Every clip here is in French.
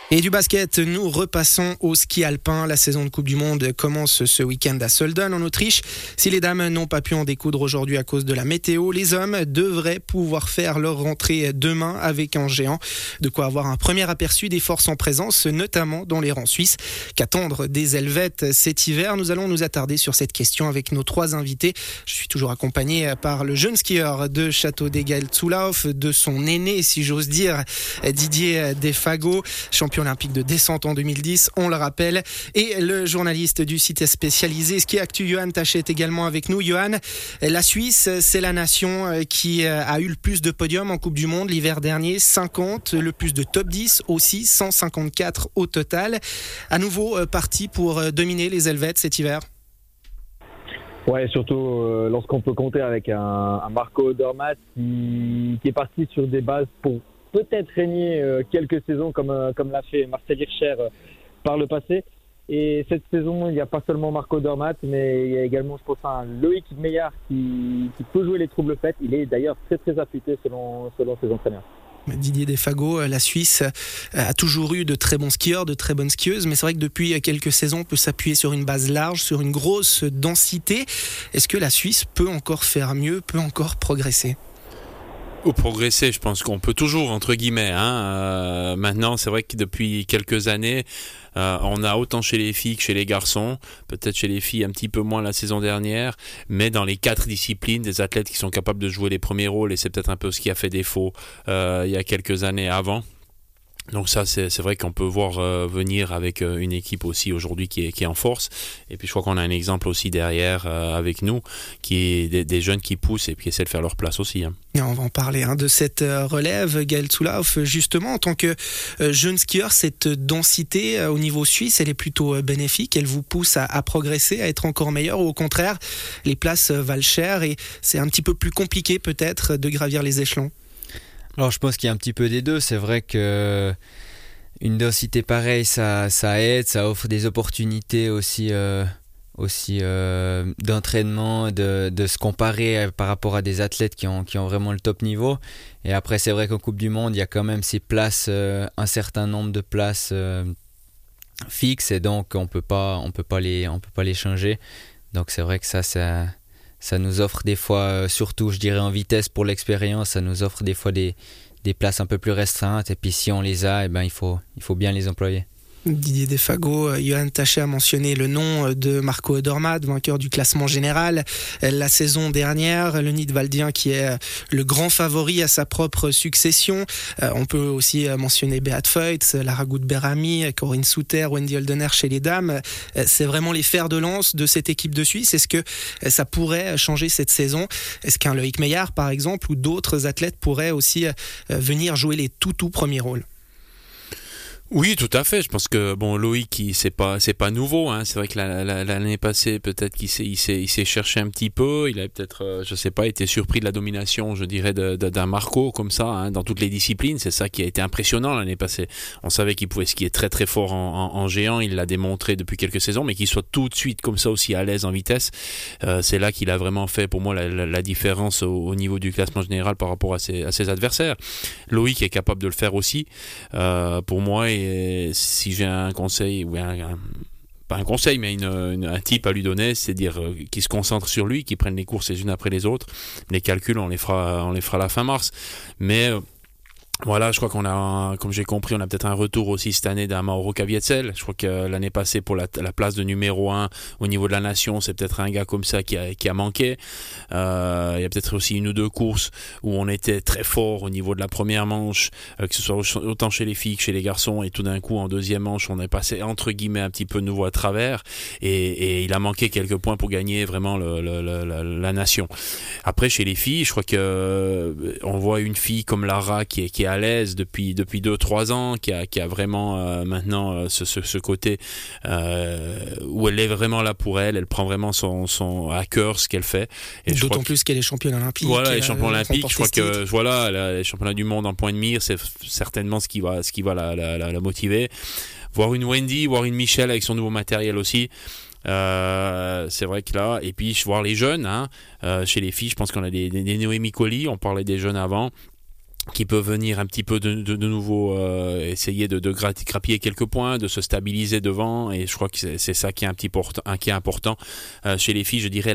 Et du basket, nous repassons au ski alpin. La saison de Coupe du Monde commence ce week-end à Sölden en Autriche. Si les dames n'ont pas pu en découdre aujourd'hui à cause de la météo, les hommes devraient pouvoir faire leur rentrée demain avec un géant. De quoi avoir un premier aperçu des forces en présence, notamment dans les rangs suisses. Qu'attendre des Helvètes cet hiver? Nous allons nous attarder sur cette question avec nos trois invités. Je suis toujours accompagné par le jeune skieur de Châteaudet, Gaël Zulauf, de son aîné, si j'ose dire, Didier Defago, champion olympique de descente en 2010, on le rappelle, et le journaliste du site spécialisé Ski Actu, Johan Tachet, est également avec nous. Johan, la Suisse, c'est la nation qui a eu le plus de podiums en Coupe du Monde l'hiver dernier, 50, le plus de top 10 aussi, 154 au total. À nouveau parti pour dominer les Helvètes cet hiver. Ouais, surtout lorsqu'on peut compter avec un Marco Odermatt qui est parti sur des bases pour peut-être régner quelques saisons comme l'a fait Marcel Hirscher par le passé. Et cette saison, il n'y a pas seulement Marco Odermatt, mais il y a également, je pense, un Loïc Meillard qui peut jouer les troubles faits. Il est d'ailleurs très très affûté selon ses entraîneurs. Didier Defago, la Suisse a toujours eu de très bons skieurs, de très bonnes skieuses, mais c'est vrai que depuis quelques saisons, on peut s'appuyer sur une base large, sur une grosse densité. Est-ce que la Suisse peut encore faire mieux, peut encore progresser ? Progresser, je pense qu'on peut toujours, entre guillemets. Maintenant, c'est vrai que depuis quelques années, on a autant chez les filles que chez les garçons, peut-être chez les filles un petit peu moins la saison dernière, mais dans les 4 disciplines, des athlètes qui sont capables de jouer les premiers rôles, et c'est peut-être un peu ce qui a fait défaut il y a quelques années avant. Donc ça, c'est vrai qu'on peut voir venir avec une équipe aussi aujourd'hui qui est en force. Et puis je crois qu'on a un exemple aussi derrière avec nous, qui est des jeunes qui poussent et qui essaient de faire leur place aussi. Et on va en parler de cette relève. Gaël Zulauf, justement, en tant que jeune skieur, cette densité au niveau suisse, elle est plutôt bénéfique. Elle vous pousse à progresser, à être encore meilleur, ou au contraire, les places valent cher et c'est un petit peu plus compliqué peut-être de gravir les échelons? Alors je pense qu'il y a un petit peu des deux. C'est vrai que une densité pareille, ça aide, ça offre des opportunités aussi d'entraînement, de se comparer par rapport à des athlètes qui ont vraiment le top niveau. Et après, c'est vrai qu'en Coupe du Monde, il y a quand même ces places, un certain nombre de places fixes, et donc on peut pas les changer. Donc c'est vrai que ça nous offre des fois, surtout je dirais en vitesse pour l'expérience, ça nous offre des fois des places un peu plus restreintes, et puis si on les a, il faut bien les employer. Didier Defago, Johan Tachet a mentionné le nom de Marco Odermatt, vainqueur du classement général la saison dernière, le Nidwaldien qui est le grand favori à sa propre succession. On peut aussi mentionner Beat Feutz, Lara Gut-Berami, Corinne Suter, Wendy Holdener chez les dames. C'est vraiment les fers de lance de cette équipe de Suisse. Est-ce que ça pourrait changer cette saison? Est-ce qu'un Loïc Meillard, par exemple, ou d'autres athlètes pourraient aussi venir jouer les tout premiers rôles? Oui, tout à fait. Je pense que Loïc, c'est pas nouveau. C'est vrai que l'année passée, peut-être qu'il s'est cherché un petit peu. Il a peut-être, je sais pas, été surpris de la domination, je dirais, d'un Marco comme ça, dans toutes les disciplines. C'est ça qui a été impressionnant l'année passée. On savait qu'il pouvait skier très très fort en géant. Il l'a démontré depuis quelques saisons, mais qu'il soit tout de suite comme ça aussi à l'aise en vitesse, c'est là qu'il a vraiment fait pour moi la différence au niveau du classement général par rapport à ses adversaires. Loïc est capable de le faire aussi. Pour moi. Et si j'ai un conseil, ou pas un conseil, mais un tip à lui donner, c'est de dire qu'il se concentre sur lui, qu'il prenne les courses les unes après les autres. Les calculs, on les fera à la fin mars. Mais voilà, je crois qu'on a, comme j'ai compris, on a peut-être un retour aussi cette année d'un Mauro Kavietzel. Je crois que l'année passée, pour la place de numéro 1 au niveau de la nation, c'est peut-être un gars comme ça qui a manqué. Il y a peut-être aussi une ou deux courses où on était très fort au niveau de la première manche, que ce soit autant chez les filles que chez les garçons, et tout d'un coup, en deuxième manche, on est passé entre guillemets un petit peu de nouveau à travers, et il a manqué quelques points pour gagner vraiment la nation. Après, chez les filles, je crois que on voit une fille comme Lara qui est à l'aise depuis 2-3 ans, qui a vraiment maintenant ce côté où elle est vraiment là pour elle prend vraiment son à cœur ce qu'elle fait. Et d'autant plus qu'elle est championne olympique. Voilà, elle est championne olympique. Je crois que les championnats du monde en point de mire, c'est certainement ce qui va la motiver. Voir une Wendy, voir une Michelle avec son nouveau matériel aussi. C'est vrai que là, et puis voir les jeunes, chez les filles, je pense qu'on a des Noémie Colli, on parlait des jeunes avant. qui peut venir un petit peu de nouveau essayer de grappiller quelques points, de se stabiliser devant, et je crois que c'est ça qui est important. Chez les filles, je dirais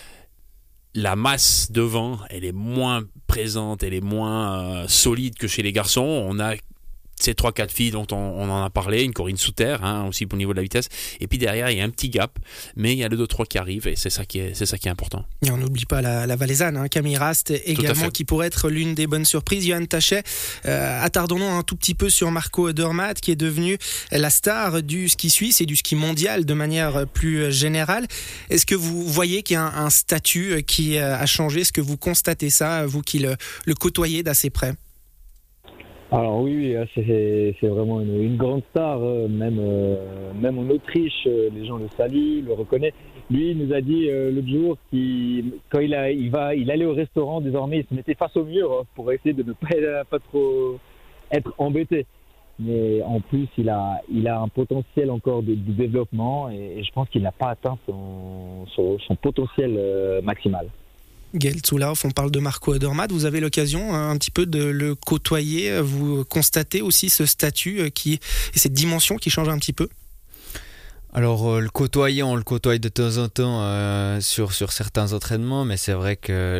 la masse devant, elle est moins présente, elle est moins solide que chez les garçons. On a ces 3-4 filles dont on en a parlé, une Corinne Souter aussi pour le niveau de la vitesse, et puis derrière il y a un petit gap, mais il y a le 2-3 qui arrive, et c'est ça qui est important. Et on n'oublie pas la Valaisanne, Camille Rast également, qui pourrait être l'une des bonnes surprises. Johan Tachet, attardons-nous un tout petit peu sur Marco Odermatt, qui est devenu la star du ski suisse et du ski mondial de manière plus générale. Est-ce que vous voyez qu'il y a un statut qui a changé? Est-ce que vous constatez ça, vous qui le côtoyez d'assez près? Alors oui, c'est vraiment une grande star, même en Autriche, les gens le saluent, le reconnaissent. Lui, il nous a dit l'autre jour quand il allait au restaurant, désormais, il se mettait face au mur pour essayer de ne pas trop être embêté. Mais en plus, il a un potentiel encore de développement, et je pense qu'il n'a pas atteint son potentiel maximal. Gaël Zulauf, on parle de Marco Odermatt. Vous avez l'occasion un petit peu de le côtoyer. Vous constatez aussi ce statut et cette dimension qui change un petit peu? Alors, on le côtoie de temps en temps sur certains entraînements, mais c'est vrai que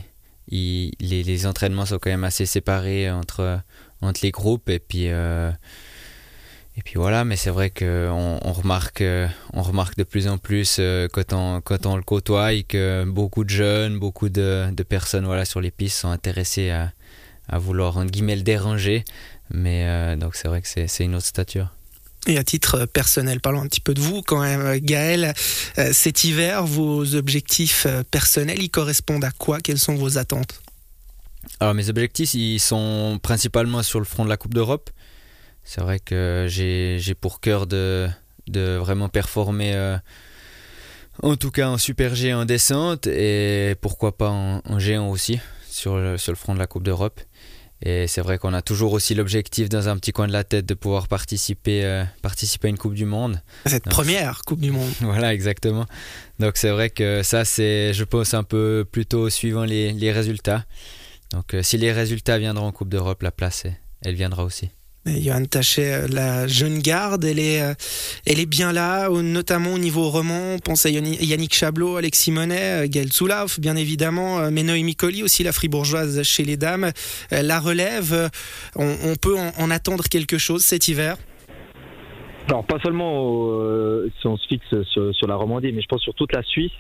les entraînements sont quand même assez séparés entre les groupes, et puis voilà, mais c'est vrai qu'on remarque de plus en plus quand on le côtoie, que beaucoup de jeunes, beaucoup de personnes sur les pistes sont intéressés à vouloir entre guillemets le déranger, mais donc c'est vrai que c'est une autre stature. Et à titre personnel, parlons un petit peu de vous quand même, Gaël. Cet hiver, vos objectifs personnels, ils correspondent à quoi? Quelles sont vos attentes? Alors mes objectifs, ils sont principalement sur le front de la Coupe d'Europe. C'est vrai que j'ai pour cœur de vraiment performer, en tout cas en Super G en descente, et pourquoi pas en géant aussi sur le front de la Coupe d'Europe. Et c'est vrai qu'on a toujours aussi l'objectif dans un petit coin de la tête de pouvoir participer à une Coupe du Monde. Cette première Coupe du Monde. Voilà, exactement. Donc c'est vrai que ça, c'est, je pense, un peu plutôt suivant les résultats. Donc si les résultats viendront en Coupe d'Europe, la place, elle viendra aussi. Johan Tachet, la jeune garde, elle est bien là, notamment au niveau roman. On pense à Yannick Chablot, Alexis Monet, Gaël Zulauf, bien évidemment, mais Noémie Colli aussi, la fribourgeoise chez les dames. La relève, on peut en attendre quelque chose cet hiver? Alors pas seulement si on se fixe sur la Romandie, mais je pense sur toute la Suisse.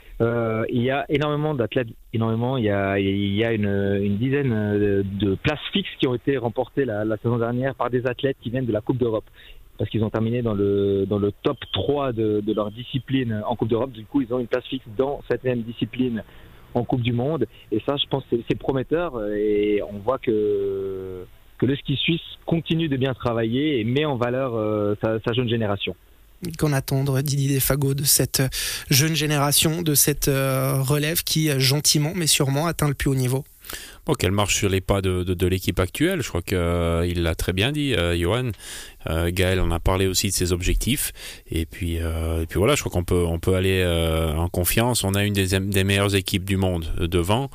Il y a énormément d'athlètes, il y a une dizaine de places fixes qui ont été remportées la saison dernière par des athlètes qui viennent de la Coupe d'Europe, parce qu'ils ont terminé dans le top 3 de leur discipline en Coupe d'Europe. Du coup, ils ont une place fixe dans cette même discipline en Coupe du Monde, et ça, je pense que c'est prometteur, et on voit que le ski suisse continue de bien travailler et met en valeur sa jeune génération. Qu'en attendre, Didier Desfagot, de cette jeune génération, de cette relève qui, gentiment mais sûrement, atteint le plus haut niveau? Bon, qu'elle marche sur les pas de l'équipe actuelle, je crois qu'il l'a très bien dit, Johan. Gaël en a parlé aussi de ses objectifs, et puis voilà, je crois qu'on peut aller en confiance. On a une des meilleures équipes du monde devant,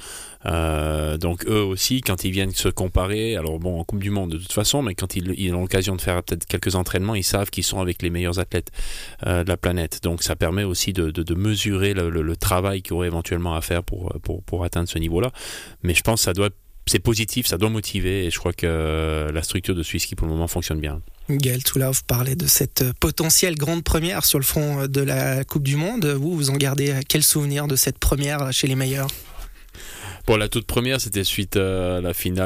donc eux aussi, quand ils viennent se comparer, alors bon, en Coupe du Monde de toute façon, mais quand ils ont l'occasion de faire peut-être quelques entraînements, ils savent qu'ils sont avec les meilleurs athlètes de la planète, donc ça permet aussi de mesurer le travail qu'il y aurait éventuellement à faire pour atteindre ce niveau-là. Mais je pense que c'est positif, ça doit motiver, et je crois que la structure de Suisse qui pour le moment fonctionne bien. Gaël Zulauf parlait de cette potentielle grande première sur le front de la Coupe du Monde. Vous en gardez quel souvenir de cette première chez les meilleurs? Bon, la toute première, c'était suite à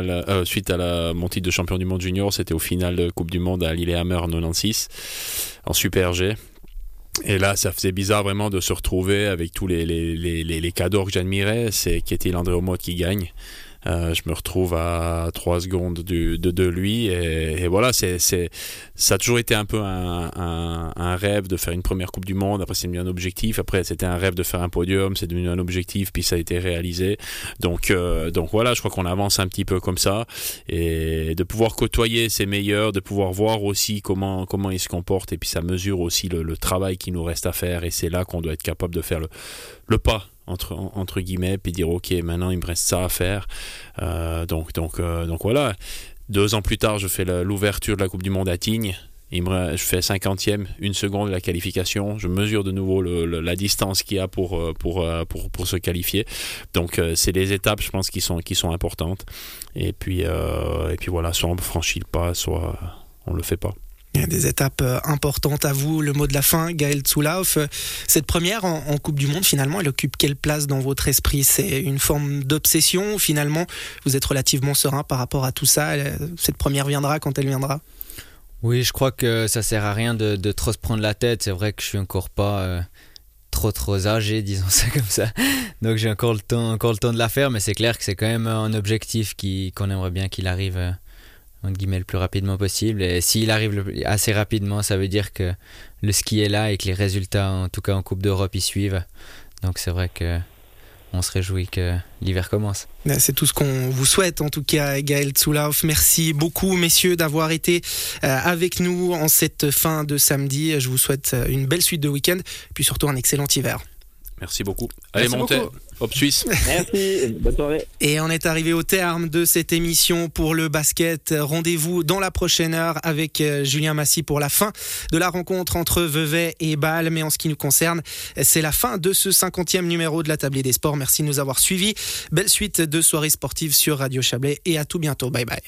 mon titre de champion du monde junior, c'était au final de Coupe du Monde à Lillehammer en 96, en Super G. Et là, ça faisait bizarre vraiment de se retrouver avec tous les cadors que j'admirais, qui était André Omot qui gagne. Je me retrouve à 3 secondes de lui, et voilà, ça a toujours été un peu un rêve de faire une première Coupe du Monde. Après c'est devenu un objectif, après c'était un rêve de faire un podium, c'est devenu un objectif, puis ça a été réalisé, donc voilà, je crois qu'on avance un petit peu comme ça, et de pouvoir côtoyer ses meilleurs, de pouvoir voir aussi comment ils se comportent, et puis ça mesure aussi le travail qui nous reste à faire, et c'est là qu'on doit être capable de faire le pas entre guillemets, puis dire ok, maintenant il me reste ça à faire. Donc voilà. 2 ans plus tard, je fais l'ouverture de la Coupe du Monde à Tignes. Je fais 50e, 1 seconde de la qualification. Je mesure de nouveau la distance qu'il y a pour se qualifier. Donc c'est les étapes, je pense, qui sont importantes. Et puis voilà, soit on franchit le pas, soit on le fait pas. Il y a des étapes importantes à vous. Le mot de la fin, Gaël Zulauf. Cette première en Coupe du Monde, finalement, elle occupe quelle place dans votre esprit ? C'est une forme d'obsession. Finalement, vous êtes relativement serein par rapport à tout ça. Cette première viendra quand elle viendra ? Oui, je crois que ça sert à rien de trop se prendre la tête. C'est vrai que je suis encore pas trop âgé, disons ça comme ça. Donc j'ai encore le temps de la faire, mais c'est clair que c'est quand même un objectif qu'on aimerait bien qu'il arrive entre guillemets le plus rapidement possible. Et s'il arrive assez rapidement, ça veut dire que le ski est là et que les résultats, en tout cas en Coupe d'Europe, y suivent. Donc c'est vrai que on se réjouit que l'hiver commence. C'est tout ce qu'on vous souhaite, en tout cas, Gaël Zulauf. Merci beaucoup, messieurs, d'avoir été avec nous en cette fin de samedi. Je vous souhaite une belle suite de week-end, puis surtout un excellent hiver. Merci beaucoup. Allez, montez. Hop Suisse. Merci, bonne soirée. Et on est arrivé au terme de cette émission pour le basket. Rendez-vous dans la prochaine heure avec Julien Massy pour la fin de la rencontre entre Vevey et Bâle. Mais en ce qui nous concerne, c'est la fin de ce 50e numéro de la Tablée des Sports. Merci de nous avoir suivis. Belle suite de soirées sportives sur Radio Chablais et à tout bientôt. Bye bye.